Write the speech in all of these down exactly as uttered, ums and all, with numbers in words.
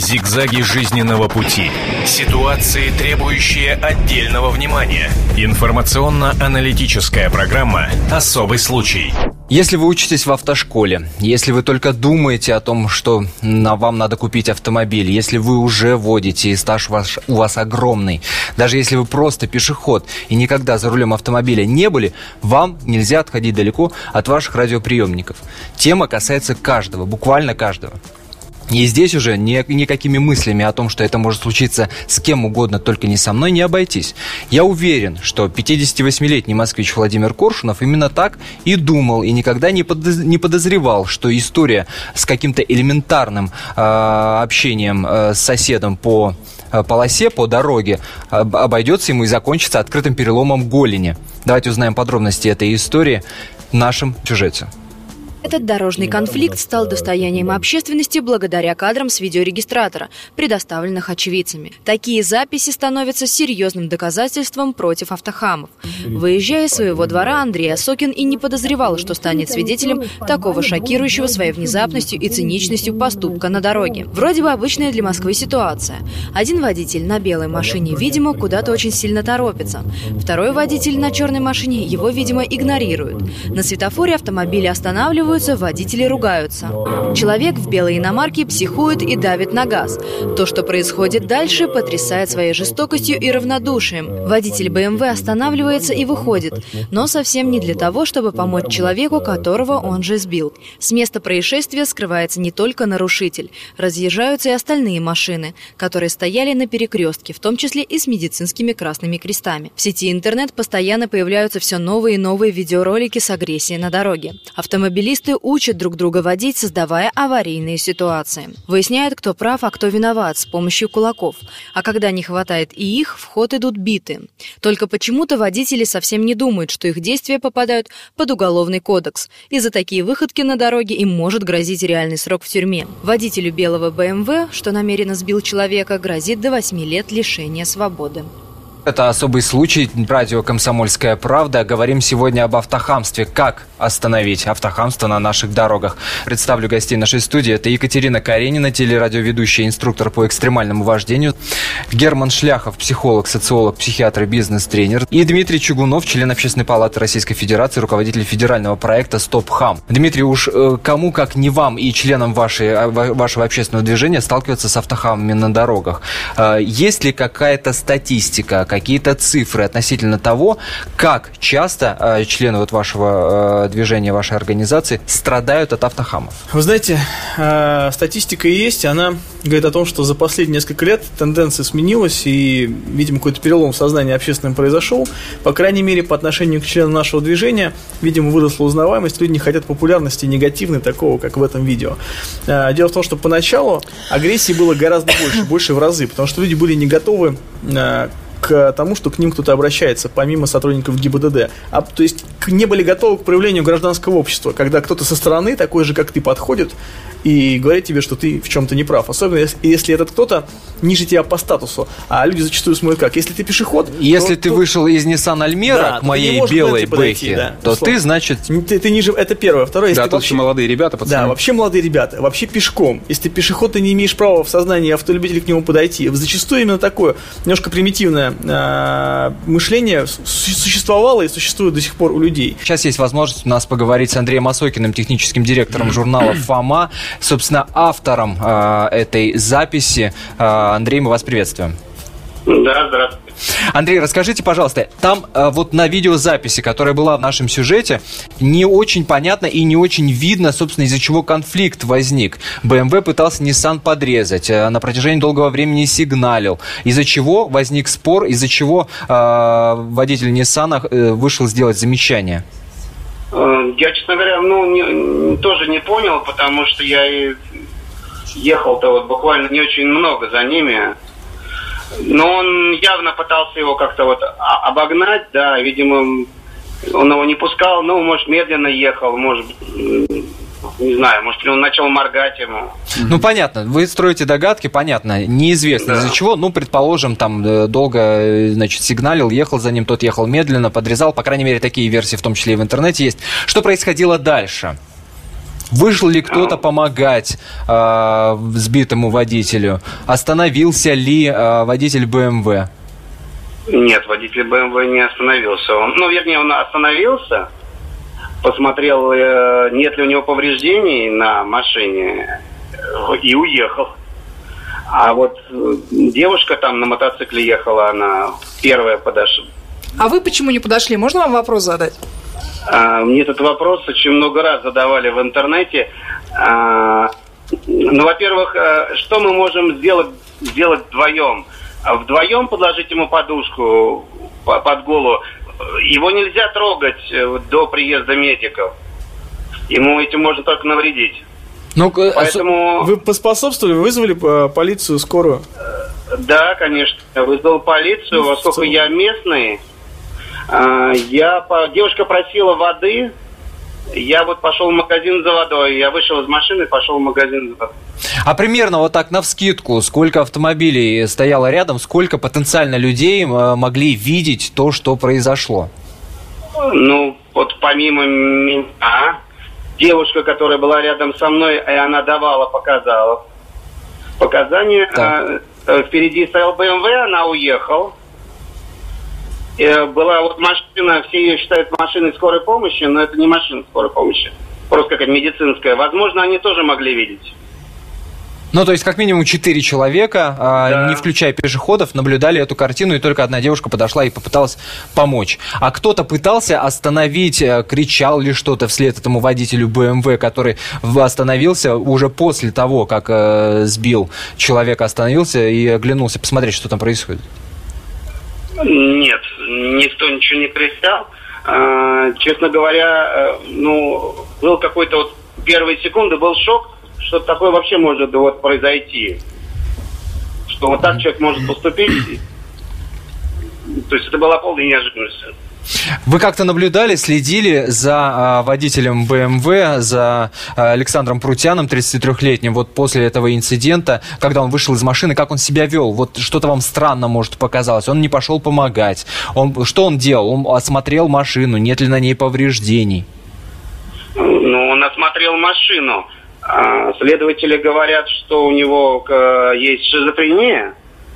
Зигзаги жизненного пути. Ситуации, требующие отдельного внимания. Информационно-аналитическая программа «Особый случай». Если вы учитесь в автошколе, если вы только думаете о том, что на вам надо купить автомобиль, если вы уже водите и стаж ваш, у вас огромный, даже если вы просто пешеход и никогда за рулем автомобиля не были, вам нельзя отходить далеко от ваших радиоприемников. Тема касается каждого, буквально каждого. И здесь уже ни, никакими мыслями о том, что это может случиться с кем угодно, только не со мной, не обойтись. Я уверен, что пятидесятивосьмилетний москвич Владимир Коршунов именно так и думал, и никогда не, подоз... не подозревал, что история с каким-то элементарным э, общением э, с соседом по э, полосе, по дороге, э, обойдется ему и закончится открытым переломом голени. Давайте узнаем подробности этой истории в нашем сюжете. Этот дорожный конфликт стал достоянием общественности благодаря кадрам с видеорегистратора, предоставленных очевидцами. Такие записи становятся серьезным доказательством против автохамов. Выезжая из своего двора, Андрей Осокин и не подозревал, что станет свидетелем такого шокирующего своей внезапностью и циничностью поступка на дороге. Вроде бы обычная для Москвы ситуация. Один водитель на белой машине, видимо, куда-то очень сильно торопится. Второй водитель на черной машине его, видимо, игнорирует. На светофоре автомобили останавливаются, водители ругаются. Человек в белой иномарке психует и давит на газ. То, что происходит дальше, потрясает своей жестокостью и равнодушием. Водитель бэ эм вэ останавливается и выходит, но совсем не для того, чтобы помочь человеку, которого он же сбил. С места происшествия скрывается не только нарушитель. Разъезжаются и остальные машины, которые стояли на перекрестке, в том числе и с медицинскими красными крестами. В сети интернет постоянно появляются все новые и новые видеоролики с агрессией на дороге. Автомобилисты учат друг друга водить, создавая аварийные ситуации. Выясняют, кто прав, а кто виноват, с помощью кулаков. А когда не хватает и их, в ход идут биты. Только почему-то водители совсем не думают, что их действия попадают под уголовный кодекс. И за такие выходки на дороге им может грозить реальный срок в тюрьме. Водителю белого бэ эм вэ, что намеренно сбил человека, грозит до восьми лет лишения свободы. Это особый случай. Радио «Комсомольская правда». Говорим сегодня об автохамстве. Как остановить автохамство на наших дорогах? Представлю гостей нашей студии. Это Екатерина Каренина, телерадиоведущая, инструктор по экстремальному вождению. Герман Шляхов, психолог, социолог, психиатр и бизнес-тренер. И Дмитрий Чугунов, член Общественной палаты Российской Федерации, руководитель федерального проекта «Стоп Хам». Дмитрий, уж кому, как не вам и членам вашей, вашего общественного движения, сталкиваться с автохамами на дорогах? Есть ли какая-то статистика, какие-то цифры относительно того, как часто э, члены вот вашего э, движения, вашей организации страдают от автохамов? Вы знаете, э, статистика есть, она говорит о том, что за последние несколько лет тенденция сменилась, и, видимо, какой-то перелом в сознании общественном произошел. По крайней мере, по отношению к членам нашего движения, видимо, выросла узнаваемость, люди не хотят популярности негативной, такого, как в этом видео. Э, дело в том, что поначалу агрессии было гораздо больше, больше в разы, потому что люди были не готовы э, к тому, что к ним кто-то обращается, помимо сотрудников гэ и бэ дэ дэ. А, то есть не были готовы к проявлению гражданского общества, когда кто-то со стороны, такой же, как ты, подходит и говорит тебе, что ты в чем-то не прав. Особенно, если, если этот кто-то ниже тебя по статусу. А люди зачастую смотрят как. Если ты пешеход... Если то, ты то... вышел из Nissan Almera, да, к моей белой бэхе, да, то условно. Ты, значит... Ты, ты ниже... Это первое. Второе, если да, ты тут вообще... молодые ребята, пацаны. Да, вообще молодые ребята. Вообще пешком. Если ты пешеход, ты не имеешь права в сознании автолюбителя к нему подойти. Зачастую именно такое немножко примитивное э, мышление существовало и существует до сих пор у людей. Сейчас есть возможность у нас поговорить с Андреем Осокиным, техническим директором журнала «Фома», собственно, автором э, этой записи. Э, Андрей, мы вас приветствуем. Да, здравствуйте. Андрей, расскажите, пожалуйста, там э, вот на видеозаписи, которая была в нашем сюжете, не очень понятно и не очень видно, собственно, из-за чего конфликт возник. бэ эм вэ пытался Nissan подрезать, э, на протяжении долгого времени сигналил. Из-за чего возник спор, из-за чего э, водитель Nissan э, вышел сделать замечание? Я, честно говоря, ну, не, тоже не понял, потому что я и ехал-то вот буквально не очень много за ними. Но он явно пытался его как-то вот обогнать, да, видимо, он его не пускал, ну, может, медленно ехал, может, не знаю, может, он начал моргать ему. Ну, понятно, вы строите догадки, понятно, неизвестно да. из-за чего, ну, предположим, там долго, значит, сигналил, ехал за ним, тот ехал медленно, подрезал, по крайней мере, такие версии, в том числе и в интернете есть. Что происходило дальше? Вышел ли кто-то помогать э, сбитому водителю? Остановился ли э, водитель бэ эм вэ? Нет, водитель бэ эм вэ не остановился. Он, ну, вернее, он остановился, посмотрел, э, нет ли у него повреждений на машине, э, и уехал. А вот э, девушка там на мотоцикле ехала, она первая подошла. А вы почему не подошли? Можно вам вопрос задать? А, мне этот вопрос очень много раз задавали в интернете. А, ну, во-первых, а, что мы можем сделать, сделать вдвоем? Вдвоем подложить ему подушку под голову. Его нельзя трогать до приезда медиков. Ему этим можно только навредить. Ну, Поэтому... Вы поспособствовали, вызвали полицию, скорую? Да, конечно. Вызвал полицию, ну, поскольку я местный. Я... Девушка просила воды. Я вот пошел в магазин за водой. Я вышел из машины и пошел в магазин за водой. А примерно вот так навскидку, сколько автомобилей стояло рядом, сколько потенциально людей могли видеть то, что произошло? Ну, вот помимо меня, девушка, которая была рядом со мной, и она давала, показала показания. А, впереди стоял бэ эм вэ, она уехала. И была вот машина, все ее считают машиной скорой помощи, но это не машина скорой помощи. Просто какая-то медицинская. Возможно, они тоже могли видеть. Ну, то есть, как минимум, четыре человека, Да. не включая пешеходов, наблюдали эту картину, и только одна девушка подошла и попыталась помочь. А кто-то пытался остановить, кричал ли что-то вслед этому водителю бэ эм вэ, который остановился уже после того, как э, сбил человека, остановился и оглянулся посмотреть, что там происходит? Нет, никто ничего не кричал. А, честно говоря, ну, был какой-то вот первые секунды, был шок, что такое вообще может вот произойти. Что вот так человек может поступить. То есть это была полная неожиданность. Вы как-то наблюдали, следили за э, водителем бэ эм вэ, за э, Александром Прутяном, тридцатитрёхлетним, вот после этого инцидента, когда он вышел из машины, как он себя вел? Вот что-то вам странно, может, показалось. Он не пошел помогать. Он, что он делал? Он осмотрел машину, нет ли на ней повреждений? Ну, он осмотрел машину. А, следователи говорят, что у него к, есть шизофрения.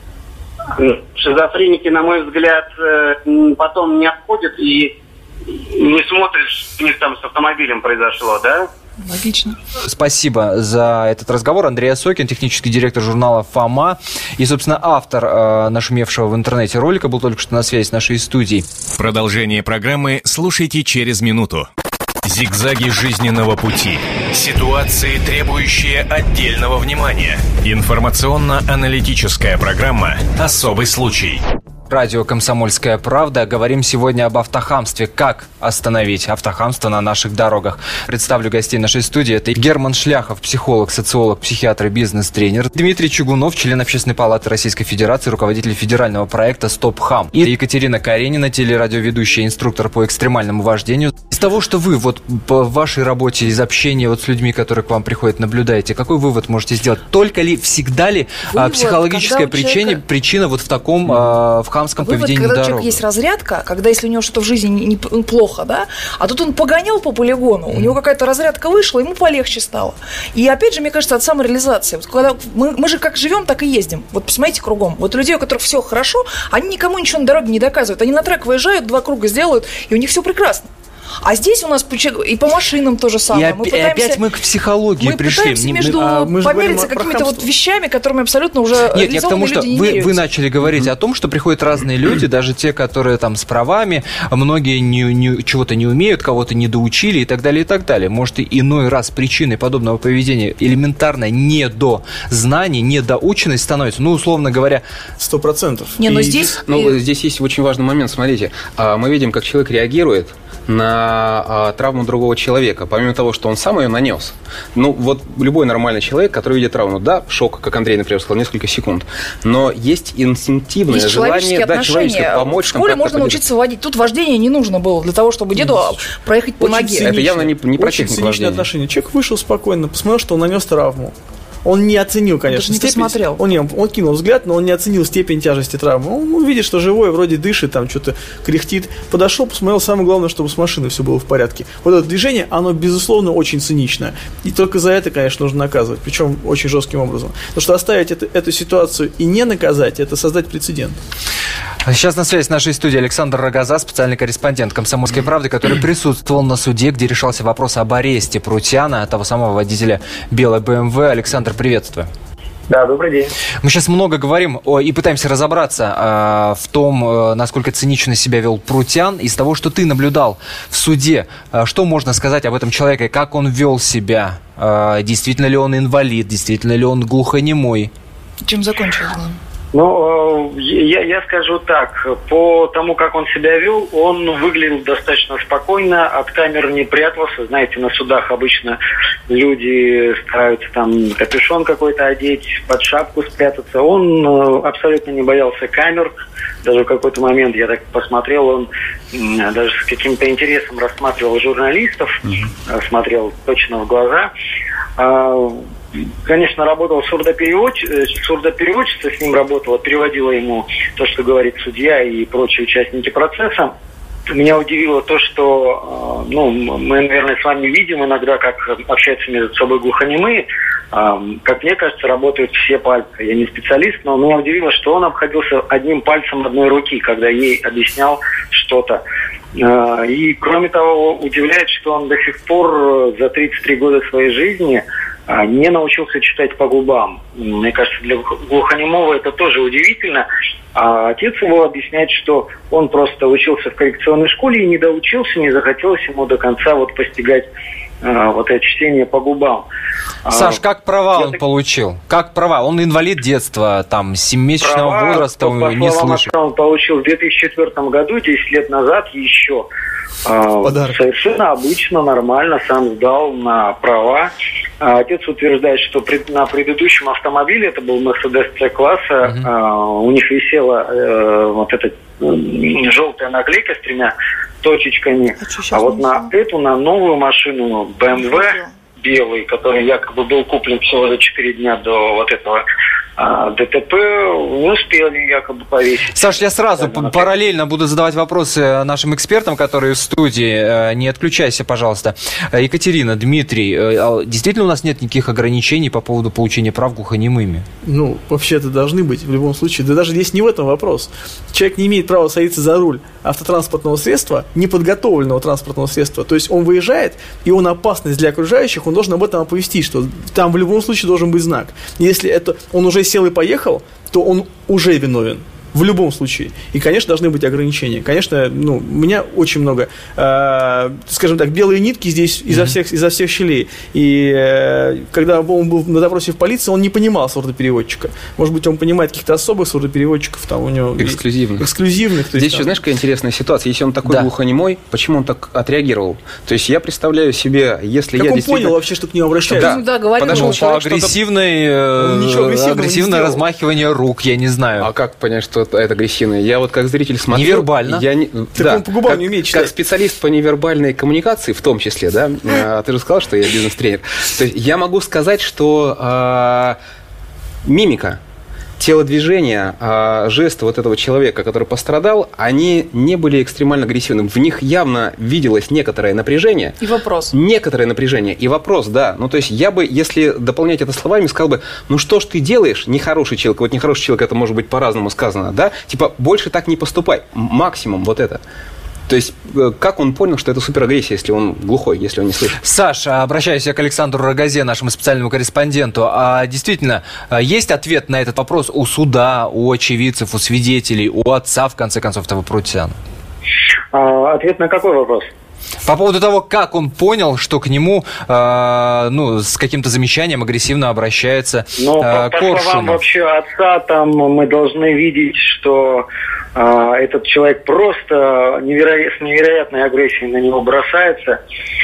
Шизофреники, на мой взгляд, потом не обходят и не смотрят, что у них там с автомобилем произошло, да? Логично. Спасибо за этот разговор. Андрей Осокин, технический директор журнала «ФОМА» и, собственно, автор э, нашумевшего в интернете ролика, был только что на связи с нашей студией. Продолжение программы слушайте через минуту. Зигзаги жизненного пути. Ситуации, требующие отдельного внимания. Информационно-аналитическая программа «Особый случай». Радио «Комсомольская правда». Говорим сегодня об автохамстве. Как остановить автохамство на наших дорогах? Представлю гостей нашей студии. Это Герман Шляхов, психолог, социолог, психиатр и бизнес-тренер. Дмитрий Чугунов, член Общественной палаты Российской Федерации, руководитель федерального проекта «Стоп Хам». И Екатерина Каренина, телерадиоведущая, инструктор по экстремальному вождению. Из того, что вы вот по вашей работе, из общения вот с людьми, которые к вам приходят, наблюдаете, какой вывод можете сделать? Только ли, всегда ли вывод, психологическая причина, человека... причина вот в таком, э, в хамском Вывод, поведении когда на у человека есть разрядка, когда если у него что-то в жизни не, не, плохо, да, а тут он погонял по полигону, mm. у него какая-то разрядка вышла, ему полегче стало. И опять же, мне кажется, от самореализации. Вот когда мы, мы же как живем, так и ездим. Вот посмотрите кругом. Вот людей, у которых все хорошо, они никому ничего на дороге не доказывают. Они на трек выезжают, два круга сделают, и у них все прекрасно. А здесь у нас и по машинам то же самое. И, мы пытаемся, и опять мы к психологии мы пришли. Мы пытаемся между а, мы помериться какими-то вот вещами, которыми абсолютно уже Нет, я к тому, что люди вы, вы начали говорить mm-hmm. о том, что приходят разные люди, даже те, которые там с правами, многие не, не, чего-то не умеют, кого-то не доучили и так далее, и так далее. Может, и иной раз причиной подобного поведения элементарно недознаний, недоученность становится, ну, условно говоря... Сто процентов. Не, но и... здесь... Ну, здесь есть очень важный момент, смотрите. Мы видим, как человек реагирует на а, травму другого человека, помимо того, что он сам ее нанес. Ну, вот любой нормальный человек, который видит травму, да, шок, как Андрей, например, сказал, несколько секунд, но есть инстинктивное есть желание, да, человеческое помочь. В школе можно научиться водить. Тут вождение не нужно было для того, чтобы деду проехать по ноге. Это явно не, не про технику вождения. Отношения. Человек вышел спокойно, посмотрел, что он нанес травму. Он не оценил, конечно, не степень. посмотрел. Он, не, он кинул взгляд, но он не оценил степень тяжести травмы. Он, он видит, что живой, вроде дышит, там что-то кряхтит. Подошел, посмотрел, самое главное, чтобы с машиной все было в порядке. Вот это движение, оно, безусловно, очень циничное. И только за это, конечно, нужно наказывать. Причем очень жестким образом. Потому что оставить это, эту ситуацию и не наказать, это создать прецедент. Сейчас на связи с нашей студией Александр Рогоза, специальный корреспондент «Комсомольской правды», который присутствовал на суде, где решался вопрос об аресте Прутяна, того самого водителя белой бэ эм вэ. Александр, приветствую. Да, добрый день. Мы сейчас много говорим о, и пытаемся разобрться э, в том, э, насколько цинично себя вел Прутян. Из того, что ты наблюдал в суде, э, что можно сказать об этом человеке, как он вел себя? Э, действительно ли он инвалид, действительно ли он глухонемой? Чем закончилось? Ну, я, я скажу так, по тому, как он себя вел, он выглядел достаточно спокойно, от камер не прятался. Знаете, на судах обычно люди стараются там капюшон какой-то одеть, под шапку спрятаться. Он абсолютно не боялся камер. Даже в какой-то момент, я так посмотрел, он даже с каким-то интересом рассматривал журналистов, mm-hmm. смотрел точно в глаза. Конечно, работал сурдопереводчица, сурдопереводчица с ним работала, переводила ему то, что говорит судья и прочие участники процесса. Меня удивило то, что, ну, мы, наверное, с вами видим иногда, как общаются между собой глухонемые. Как мне кажется, работают все пальцы. Я не специалист, но меня удивило, что он обходился одним пальцем одной руки, когда ей объяснял что-то. И, кроме того, удивляет, что он до сих пор за тридцать три года своей жизни не научился читать по губам. Мне кажется, для глухонемого это тоже удивительно. А отец его объясняет, что он просто учился в коррекционной школе и не доучился, не захотелось ему до конца вот постигать а, вот это чтение по губам. Саш, как права Я он так... получил? Как права? Он инвалид детства, там, семимесячного права, возраста, по, не слышит. Он получил в две тысячи четвёртом году, десять лет назад еще. Подарок. Совершенно обычно, нормально, сам сдал на права. Отец утверждает, что пред, на предыдущем автомобиле, это был Mercedes C-класса, uh-huh. а, у них висела э, вот эта э, желтая наклейка с тремя точечками. А, а вот на эту, на новую машину бэ эм вэ белый, который якобы был куплен всего за четыре дня до вот этого а, ДТП, не успели якобы повесить. Саш, я сразу п- параллельно буду задавать вопросы нашим экспертам, которые в студии. Не отключайся, пожалуйста. Екатерина, Дмитрий, действительно у нас нет никаких ограничений по поводу получения прав глухонемыми? Ну, вообще-то должны быть в любом случае. Да даже здесь не в этом вопрос. Человек не имеет права садиться за руль автотранспортного средства, неподготовленного транспортного средства. То есть он выезжает, и он опасность для окружающих, он должен об этом оповестить, что там в любом случае должен быть знак. Если это он уже сел и поехал, то он уже виновен. В любом случае. И, конечно, должны быть ограничения. Конечно, ну, у меня очень много, э, скажем так, белые нитки здесь изо, mm-hmm. всех, изо всех щелей. И э, когда он был на допросе в полиции, он не понимал сурдопереводчика. Может быть, он понимает каких-то особых сурдопереводчиков, там у него... Эксклюзивных. Эксклюзивных. Здесь еще, там... знаешь, какая интересная ситуация. Если он такой да. глухонемой, почему он так отреагировал? То есть я представляю себе, если как я он действительно... понял вообще, что к нему обращаются? Да, да говорил, подошел он человек, агрессивный, что-то... агрессивное размахивание рук, я не знаю. А как понять, что это агрессивное? Я вот как зритель смотрю... Невербально. Я не... Так да, он по губам как, не умеет читать. Как специалист по невербальной коммуникации, в том числе, да, а, ты же сказал, что я бизнес-тренер. То есть я могу сказать, что а, мимика, телодвижения, а, жесты вот этого человека, который пострадал, они не были экстремально агрессивными. В них явно виделось некоторое напряжение. И вопрос. Некоторое напряжение. И вопрос, да. Ну, то есть я бы, если дополнять это словами, сказал бы, ну, что ж ты делаешь, нехороший человек. Вот нехороший человек, это может быть по-разному сказано, да? Типа, больше так не поступай. Максимум вот это. То есть, как он понял, что это суперагрессия, если он глухой, если он не слышит? Саша, обращаюсь я к Александру Рогозе, нашему специальному корреспонденту. А действительно, есть ответ на этот вопрос у суда, у очевидцев, у свидетелей, у отца, в конце концов, этого Прутяна? А, ответ на какой вопрос? По поводу того, как он понял, что к нему э, ну, с каким-то замечанием агрессивно обращается ну, э, по, по словам вообще отца, там мы должны видеть, что э, этот человек просто неверо... с невероятной агрессией на него бросается.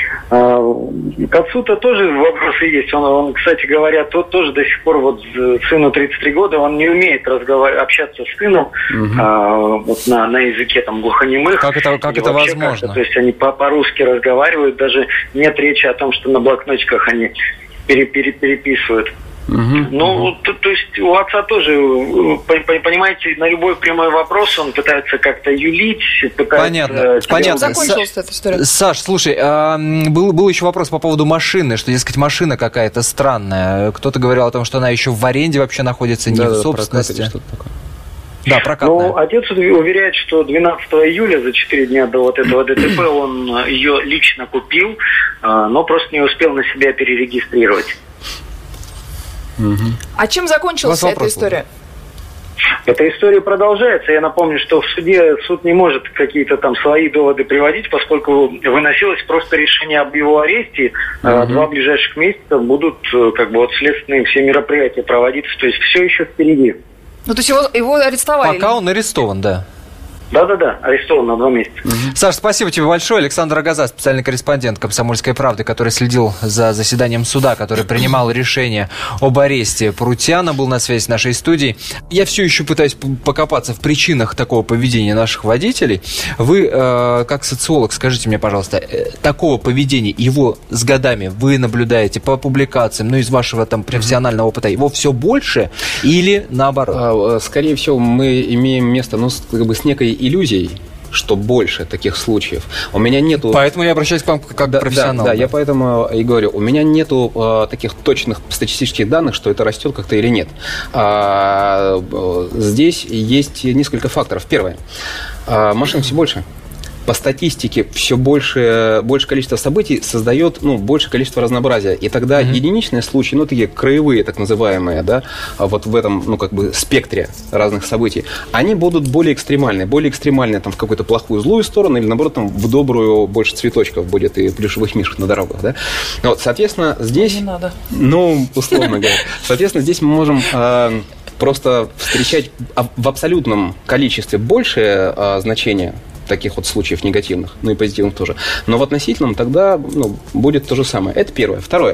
Э, к отцу-то тоже вопросы есть. Он, он, кстати говоря, тот тоже до сих пор, вот сыну тридцать три года, он не умеет разговар... общаться с сыном угу. э, вот на, на языке там глухонемых. Как это, как это возможно? То есть они по по-русски разговаривают, даже нет речи о том, что на блокнотиках они пере- пере- переписывают. Угу. Ну, то, то есть у отца тоже, понимаете, на любой прямой вопрос он пытается как-то юлить, пытается... Понятно, понятно. Закончилась эта история. Саш, слушай, а, был, был еще вопрос по поводу машины, что, дескать, машина какая-то странная. Кто-то говорил о том, что она еще в аренде вообще находится, не да, в собственности. Да, что-то такое. Да, прокатная. Ну, отец уверяет, что двенадцатого июля, за четыре дня до вот этого ДТП, он ее лично купил, но просто не успел на себя перерегистрировать. Угу. А чем закончилась эта история? Эта история продолжается. Я напомню, что в суде суд не может какие-то там свои доводы приводить, поскольку выносилось просто решение об его аресте. Uh-huh. Два ближайших месяца будут как бы вот следственные все мероприятия проводиться. То есть все еще впереди. Ну, то есть его, его арестовали? Пока он арестован, да. Да-да-да, арестован на два месяца. Угу. Саш, спасибо тебе большое. Александр Агаза, специальный корреспондент «Комсомольской правды», который следил за заседанием суда, который принимал решение об аресте Порутяна, был на связи с нашей студией. Я все еще пытаюсь покопаться в причинах такого поведения наших водителей. Вы, э, как социолог, скажите мне, пожалуйста, э, такого поведения, его с годами вы наблюдаете по публикациям, ну, из вашего там профессионального опыта, его все больше или наоборот? Скорее всего, мы имеем место, ну, как бы с некой иллюзий, что больше таких случаев. У меня нету... Поэтому я обращаюсь к вам как да, профессионал. Да, да, я поэтому и говорю, у меня нету э, таких точных статистических данных, что это растет как-то или нет. А, э, здесь есть несколько факторов. Первое. Э, машин все больше. По статистике все больше, больше количество событий создает ну, больше количество разнообразия. И тогда mm-hmm. единичные случаи, ну, такие краевые, так называемые, да, вот в этом, ну, как бы спектре разных событий, они будут более экстремальные. Более экстремальные там в какую-то плохую, злую сторону или, наоборот, там в добрую больше цветочков будет и плюшевых мишек на дорогах, да. Вот, соответственно, здесь... Не надо. Ну, условно говоря. Соответственно, здесь мы можем... Э, просто встречать в абсолютном количестве большее э, значение таких вот случаев негативных, ну и позитивных тоже. Но в относительном тогда ну, будет то же самое. Это первое. Второе.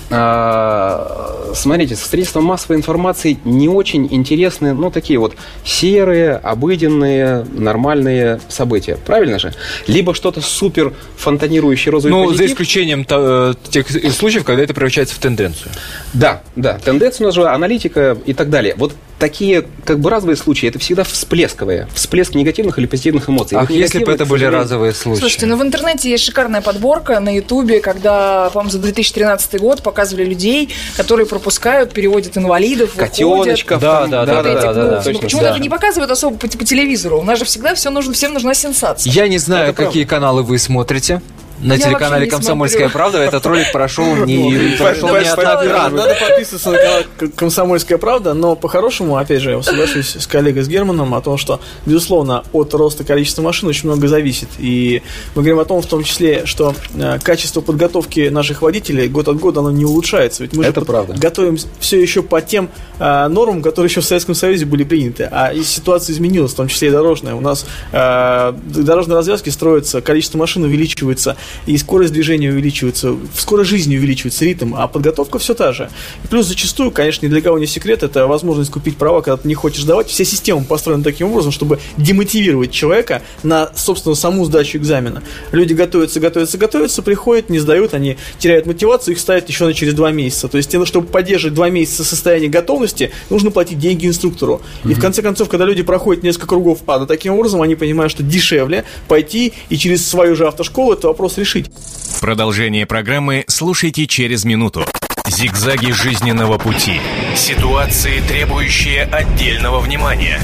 А, смотрите, средства массовой информации не очень интересны, ну, такие вот серые, обыденные, нормальные события. Правильно же? Либо что-то супер фонтанирующее розовый ну, позитив. За исключением то, тех случаев, когда это превращается в тенденцию. Да, да. Тенденция у нас же аналитика и так далее. Вот такие как бы разовые случаи, это всегда всплесковые. Всплеск негативных или позитивных эмоций. Ах, вот если бы это были разовые случаи. Слушайте, ну в интернете есть шикарная подборка на Ютубе, когда, по-моему, за две тысячи тринадцатый год показывали людей, которые пропускают, переводят инвалидов, котеночков. Да, да, да, да, да, да. Ну, почему-то это не показывают особо по, по телевизору. У нас же всегда все нужно, всем нужна сенсация. Я не знаю, это какие правда. Каналы вы смотрите. На я телеканале «Комсомольская правда» этот ролик прошел не прошел неоднократно. Надо подписываться на канал «Комсомольская правда», но по-хорошему, опять же, я соглашусь с коллегой, с Германом, о том, что, безусловно, от роста количества машин очень много зависит. И мы говорим о том, в том числе, что качество подготовки наших водителей год от года оно не улучшается. Ведь мы это же правда. готовим все еще по тем а, нормам, которые еще в Советском Союзе были приняты. А и ситуация изменилась, в том числе и дорожная. У нас а, дорожные развязки строятся, количество машин увеличивается, и скорость движения увеличивается, скорость жизни увеличивается, ритм, а подготовка все та же. И плюс зачастую, конечно, ни для кого не секрет, это возможность купить права, когда ты не хочешь сдавать. Вся система построена таким образом, чтобы демотивировать человека на, собственно, саму сдачу экзамена. Люди готовятся, готовятся, готовятся, приходят, не сдают, они теряют мотивацию, их ставят еще на через два месяца. То есть, чтобы поддерживать два месяца состояние готовности, нужно платить деньги инструктору. Mm-hmm. И в конце концов, когда люди проходят несколько кругов ада, таким образом они понимают, что дешевле пойти и через свою же автошколу этот вопрос решить. Продолжение программы слушайте через минуту. Зигзаги жизненного пути. Ситуации, требующие отдельного внимания.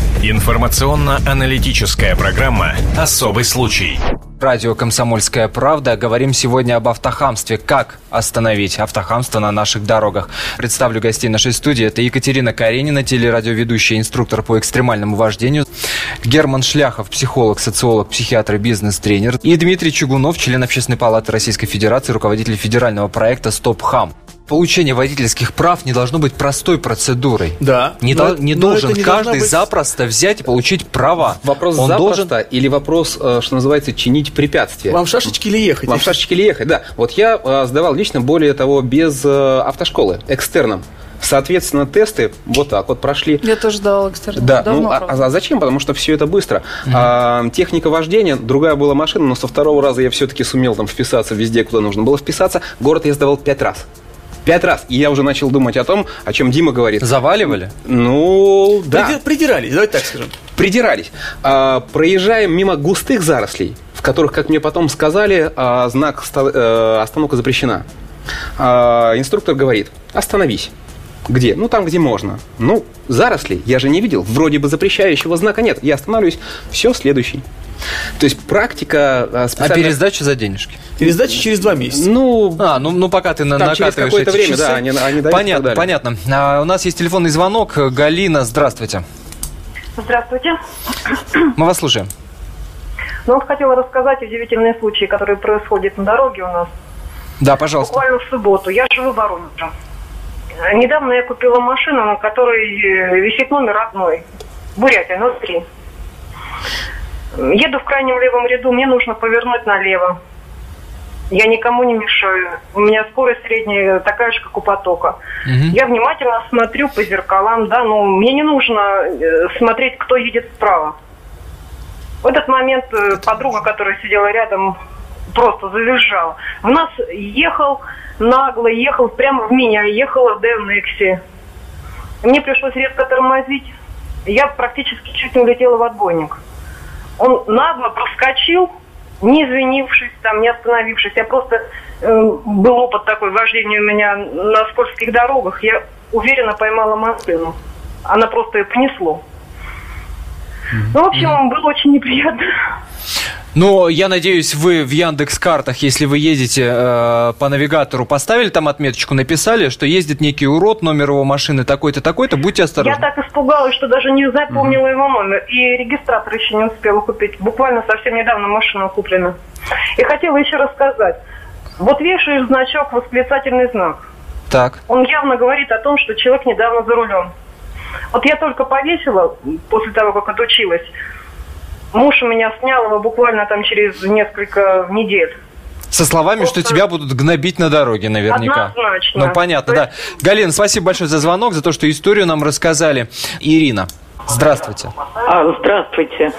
Информационно-аналитическая программа «Особый случай». Радио «Комсомольская правда». Говорим сегодня об автохамстве. Как остановить автохамство на наших дорогах? Представлю гостей нашей студии. Это Екатерина Каренина, телерадиоведущая, инструктор по экстремальному вождению. Герман Шляхов, психолог, социолог, психиатр и бизнес-тренер. И Дмитрий Чугунов, член Общественной палаты Российской Федерации, руководитель федерального проекта «Стоп Хам». Получение водительских прав не должно быть простой процедурой. Да. Не, но, до, не но должен не каждый быть... запросто взять и получить права. Вопрос Он запросто должен... или вопрос, что называется, чинить препятствия. Вам в шашечки или ехать? Вам в шашечки или ехать, да. Вот я э, сдавал лично, более того, без э, автошколы, экстерном. Соответственно, тесты вот так вот прошли. Я тоже давал экстерном. Да, ну, а, а зачем? Потому что все это быстро. Mm-hmm. А, техника вождения, другая была машина, но со второго раза я все-таки сумел там вписаться везде, куда нужно было вписаться. Город я сдавал пять раз. Пять раз. И я уже начал думать о том, о чем Дима говорит. Заваливали? Ну, да. Придирались, давайте так скажем. Придирались. А, проезжаем мимо густых зарослей, в которых, как мне потом сказали, а, знак а, «Остановка запрещена». А, инструктор говорит: остановись. Где? Ну, там, где можно. Ну, заросли я же не видел. Вроде бы запрещающего знака нет. Я останавливаюсь. Все, следующий. То есть практика специально... А пересдача за денежки? Пересдача через два месяца. Ну, а, ну, ну пока ты там накатываешь через какое-то эти время, часы. да, они, они дают. Понятно, понятно. А, у нас есть телефонный звонок. Галина, здравствуйте. Здравствуйте. Мы вас слушаем. Ну, вот хотела рассказать удивительные случаи, которые происходят на дороге у нас. Да, пожалуйста. Буквально в субботу. Я живу в Воронеже. Недавно я купила машину, на которой висит номер родной. Бурятия, ноль три. Еду в крайнем левом ряду, мне нужно повернуть налево. Я никому не мешаю. У меня скорость средняя такая же, как у потока. Угу. Я внимательно смотрю по зеркалам, да, но мне не нужно смотреть, кто едет справа. В этот момент подруга, которая сидела рядом, просто завизжала. В нас ехал, нагло ехал, прямо в меня ехала в Д-Нексе. Мне пришлось резко тормозить. Я практически чуть не улетела в отбойник. Он нагло проскочил, не извинившись, там, не остановившись. Я просто... Э, был опыт такой вождения у меня на скользких дорогах. Я уверенно поймала машину. Она просто ее понесло. Ну, в общем, было очень неприятно. Ну, я надеюсь, вы в Яндекс.Картах, если вы ездите э, по навигатору, поставили там отметочку, написали, что ездит некий урод, номер его машины такой-то, такой-то, будьте осторожны. Я так испугалась, что даже не запомнила mm-hmm. его номер. И регистратор еще не успела купить. Буквально совсем недавно машина куплена. И хотела еще рассказать. Вот вешаешь значок, восклицательный знак. Так. Он явно говорит о том, что человек недавно за рулем. Вот я только повесила, после того, как отучилась, муж у меня снял его буквально там через несколько недель. Со словами, Просто... что тебя будут гнобить на дороге наверняка. Однозначно. Ну, понятно, есть... да. Галина, спасибо большое за звонок, за то, что историю нам рассказали. Ирина, здравствуйте. А, здравствуйте.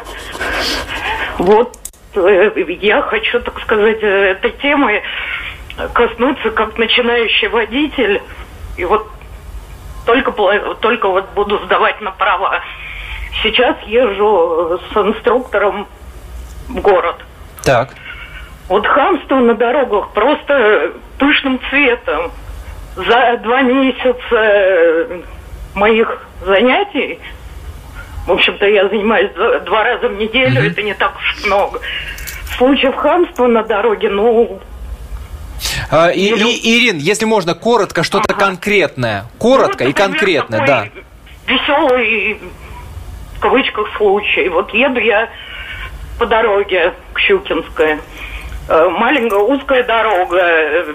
Вот я хочу, так сказать, этой темы коснуться как начинающий водитель. И вот только, только вот буду сдавать на права. Сейчас езжу с инструктором в город. Так. Вот хамство на дорогах просто пышным цветом. За два месяца моих занятий, в общем-то, я занимаюсь два раза в неделю, mm-hmm. это не так уж много. Случаев хамства на дороге, ну... А, и, и, Ирин, если можно, коротко, что-то ага. конкретное. Коротко ну, вот, например, и конкретное, да. Веселый, в кавычках, случай. Вот еду я по дороге к Щукинской. Маленькая узкая дорога.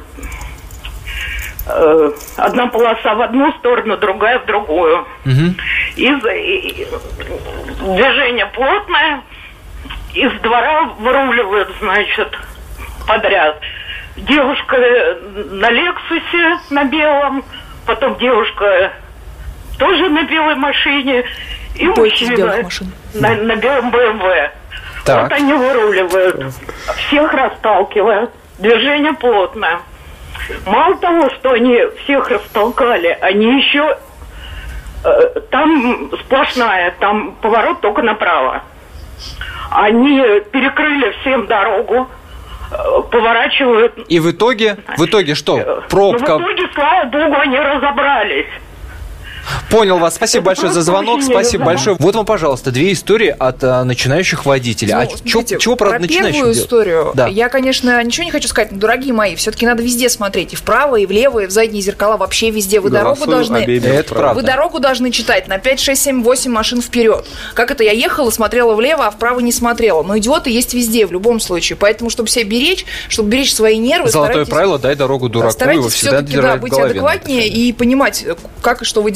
Одна полоса в одну сторону, другая в другую. Угу. Из, и, движение плотное. Из двора выруливают, значит, подряд. Девушка на Лексусе, на белом, потом девушка тоже на белой машине, и мужчина на, на белом бэ эм вэ. Так. Вот они выруливают, всех расталкивают, движение плотное. Мало того, что они всех растолкали, они еще, э, там сплошная, там поворот только направо. Они перекрыли всем дорогу, поворачивают. И в итоге, в итоге что? Пробка. Ну, в итоге, слава богу, они разобрались. Понял вас. Спасибо Это большое за звонок. Спасибо большое. Вот вам, пожалуйста, две истории от а, начинающих водителей. Ну, а смотрите, чё, чего про, про начинающих первую делать? историю да. я, конечно, ничего не хочу сказать, но, дорогие мои, все-таки надо везде смотреть. И вправо, и влево, и в задние зеркала, вообще везде. Вы дорогу должны... Это правда. Вы дорогу должны читать на пять, шесть, семь, восемь машин вперед. Как это я ехала, смотрела влево, а вправо не смотрела. Но идиоты есть везде, в любом случае. Поэтому, чтобы себя беречь, чтобы беречь свои нервы... Золотое старайтесь... правило, дай дорогу дураку. Да, старайтесь его всегда все-таки да, быть адекватнее и понимать, как и что вы делаете.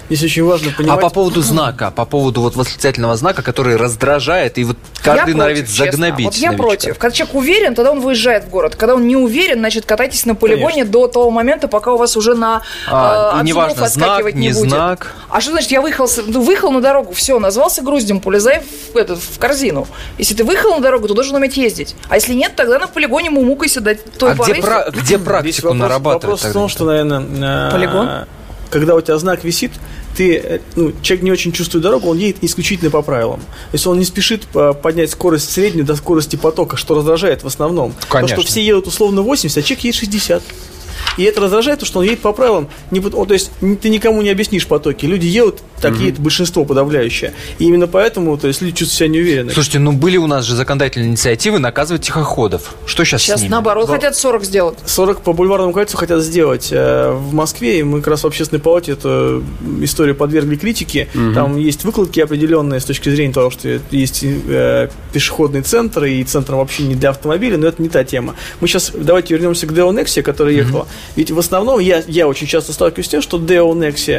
Здесь очень важно понимать... А по поводу знака, по поводу вот восклицательного знака, который раздражает, и вот каждый норовит загнобить. Вот я новичка. против. Когда человек уверен, тогда он выезжает в город. Когда он не уверен, значит, катайтесь на полигоне Конечно. До того момента, пока у вас уже на а, э, от зубов отскакивать знак, не, не будет. Знак. А что значит, я выехал, ну, выехал на дорогу, все, назвался груздем, полезай в, это, в корзину. Если ты выехал на дорогу, то должен уметь ездить. А если нет, тогда на полигоне мумукайся до той а поры. Где, про, где практику вопрос, нарабатывать? Вопрос тогда? в том, что, наверное... Полигон? Когда у тебя знак висит, ты, ну, человек не очень чувствует дорогу, он едет исключительно по правилам. То есть он не спешит поднять скорость среднюю до скорости потока, что раздражает в основном. Конечно. Потому что все едут условно восемьдесят, а человек едет шестьдесят. И это раздражает, потому что он едет по правилам. Не, то есть ты никому не объяснишь потоки. Люди едут, так mm-hmm. едет большинство подавляющее. И именно поэтому, то есть, люди чувствуют себя неуверенно. Слушайте, ну были у нас же законодательные инициативы наказывать тихоходов. Что сейчас Сейчас с ними? наоборот Во... хотят сорок сделать. сорок по Бульварному кольцу хотят сделать э, в Москве. И мы как раз в общественной палате эту историю подвергли критике. Mm-hmm. Там есть выкладки определенные с точки зрения того, что есть э, пешеходный центр и центр вообще не для автомобиля, но это не та тема. Мы сейчас давайте вернемся к Део Nexia, которая mm-hmm. ехала. Ведь в основном я, я очень часто сталкиваюсь с тем, что Део Nexia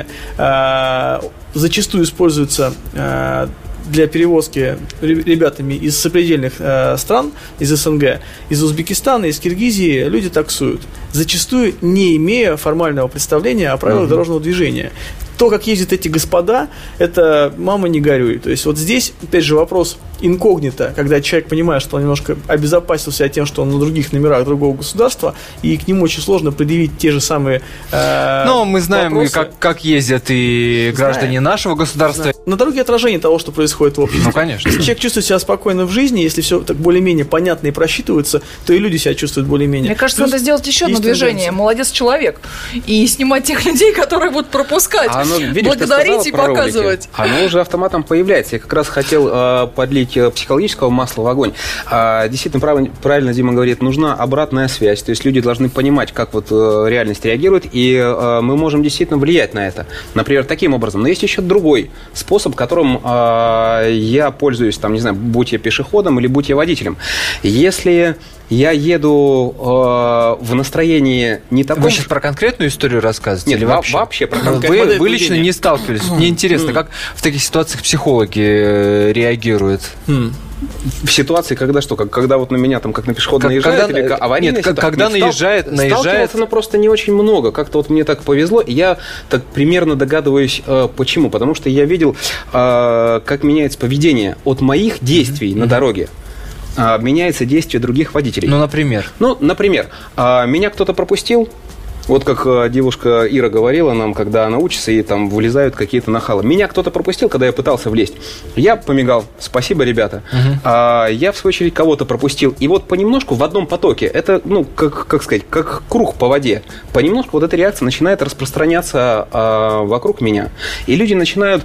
э, зачастую используется э, для перевозки ребятами из сопредельных э, стран, из СНГ, из Узбекистана, из Киргизии, люди таксуют, зачастую не имея формального представления о правилах uh-huh. дорожного движения. То, как ездят эти господа, это мама не горюй. То есть вот здесь, опять же, вопрос инкогнито, когда человек понимает, что он немножко обезопасил себя тем, что он на других номерах другого государства, и к нему очень сложно предъявить те же самые э, Ну, мы знаем, вопросы. Как, как ездят и Знаем. граждане нашего государства. Знаем. На дороге отражение того, что происходит в обществе. Ну, конечно. Если человек чувствует себя спокойно в жизни, если все так более-менее понятно и просчитывается, то и люди себя чувствуют более-менее. Мне кажется, Плюс надо сделать еще одно движение. Тенденция. Молодец человек. И снимать тех людей, которые будут пропускать. А оно, видишь, благодарить и показывать. Ролики. Оно уже автоматом появляется. Я как раз хотел э, подлить психологического масла в огонь. А, действительно, правильно, правильно Дима говорит, нужна обратная связь. То есть люди должны понимать, как вот э, реальность реагирует, и э, мы можем действительно влиять на это. Например, таким образом. Но есть еще другой способ, которым э, я пользуюсь, там, не знаю, будь я пешеходом или будь я водителем. Если я еду э, в настроении не таком... Вы сейчас про конкретную историю рассказываете? Нет, или вообще, вообще про конкретную. Вы, вы лично не сталкивались? Мне интересно, как в таких ситуациях психологи реагируют? В ситуации, когда что? Как, когда вот на меня там как на пешехода наезжает? Когда, или аварийная нет, ситуация? когда нет, наезжает, стал, наезжает... Сталкивался, но просто не очень много. Как-то вот мне так повезло, и я так примерно догадываюсь, э, почему. Потому что я видел, э, как меняется поведение от моих действий mm-hmm. на дороге. Э, меняется действие других водителей. Ну, например? Ну, например, э, меня кто-то пропустил. Вот как девушка Ира говорила нам, когда она учится, и там вылезают какие-то нахалы. Меня кто-то пропустил, когда я пытался влезть. Я помигал. Спасибо, ребята. Uh-huh. А, я, в свою очередь, кого-то пропустил. И вот понемножку в одном потоке, это, ну, как, как сказать, как круг по воде. Понемножку вот эта реакция начинает распространяться а, вокруг меня. И люди начинают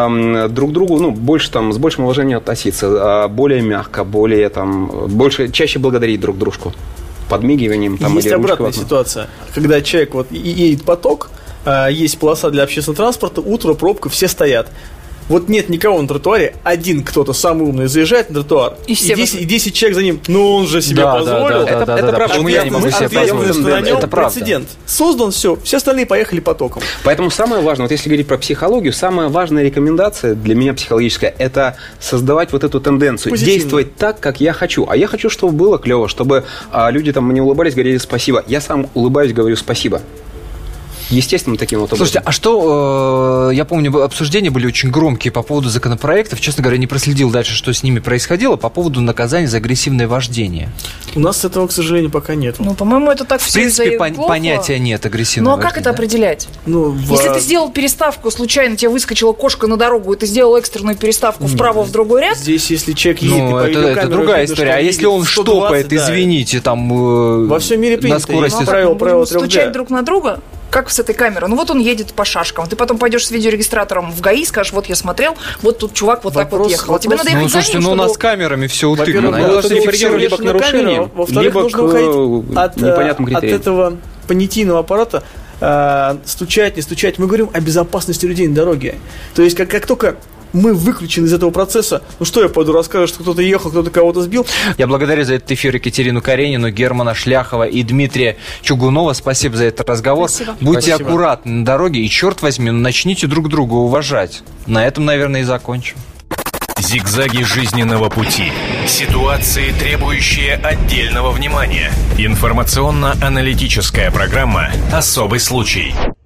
а, друг к другу, ну, больше там, с большим уважением относиться, а, более мягко, более там, больше, чаще благодарить друг дружку. Подмигиванием. Там, есть обратная ситуация, когда человек вот едет поток, есть полоса для общественного транспорта, утро, пробка, все стоят. Вот нет никого на тротуаре, один кто-то самый умный заезжает на тротуар, и, и, десять, и десять человек за ним, ну он же себе да, позволил. Да, да, это да, это да, правда. Почему я не могу себе позволить? На нем это прецедент. Создан, все, все остальные поехали потоком. Поэтому самое важное, вот если говорить про психологию, самая важная рекомендация для меня психологическая, это создавать вот эту тенденцию, позитивно. Действовать так, как я хочу. А я хочу, чтобы было клево, чтобы а, люди там мне улыбались, говорили спасибо. Я сам улыбаюсь, говорю спасибо. Естественно, таким вот образом. Слушайте, а что, э, я помню, обсуждения были очень громкие по поводу законопроектов. Честно говоря, не проследил дальше, что с ними происходило, по поводу наказания за агрессивное вождение. У нас этого, к сожалению, пока нет. Ну, по-моему, это так в все принципе, пон- плохо. Понятия нет агрессивного вождения. Ну, а как это определять? Ну, в... Если ты сделал переставку, случайно тебе выскочила кошка на дорогу, и ты сделал экстренную переставку нет, вправо в другой ряд? Здесь, если человек едет, ну, и по это, это другая видно, история. А если он штопает, да, извините, там э, во всем мире на скорости... правила, правила стучать друг на друга? Как с этой камерой? Ну вот он едет по шашкам. Ты потом пойдешь с видеорегистратором в ГАИ, скажешь, вот я смотрел, вот тут чувак вот вопрос, так вот ехал. А тебе надо ехать ну, слушайте, за ним, ну у нас камерами все утыкано. Мы должны перейдем либо к нарушениям, либо к от, непонятным критериям. От этого понятийного аппарата э, стучать, не стучать. Мы говорим о безопасности людей на дороге. То есть, как, как только мы выключены из этого процесса. Ну что я пойду расскажу, что кто-то ехал, кто-то кого-то сбил? Я благодарю за этот эфир Екатерину Каренину, Германа Шляхова и Дмитрия Чугунова. Спасибо за этот разговор. Спасибо. Будьте Спасибо. аккуратны на дороге и, черт возьми, ну, начните друг друга уважать. На этом, наверное, и закончим. Зигзаги жизненного пути. Ситуации, требующие отдельного внимания. Информационно-аналитическая программа «Особый случай».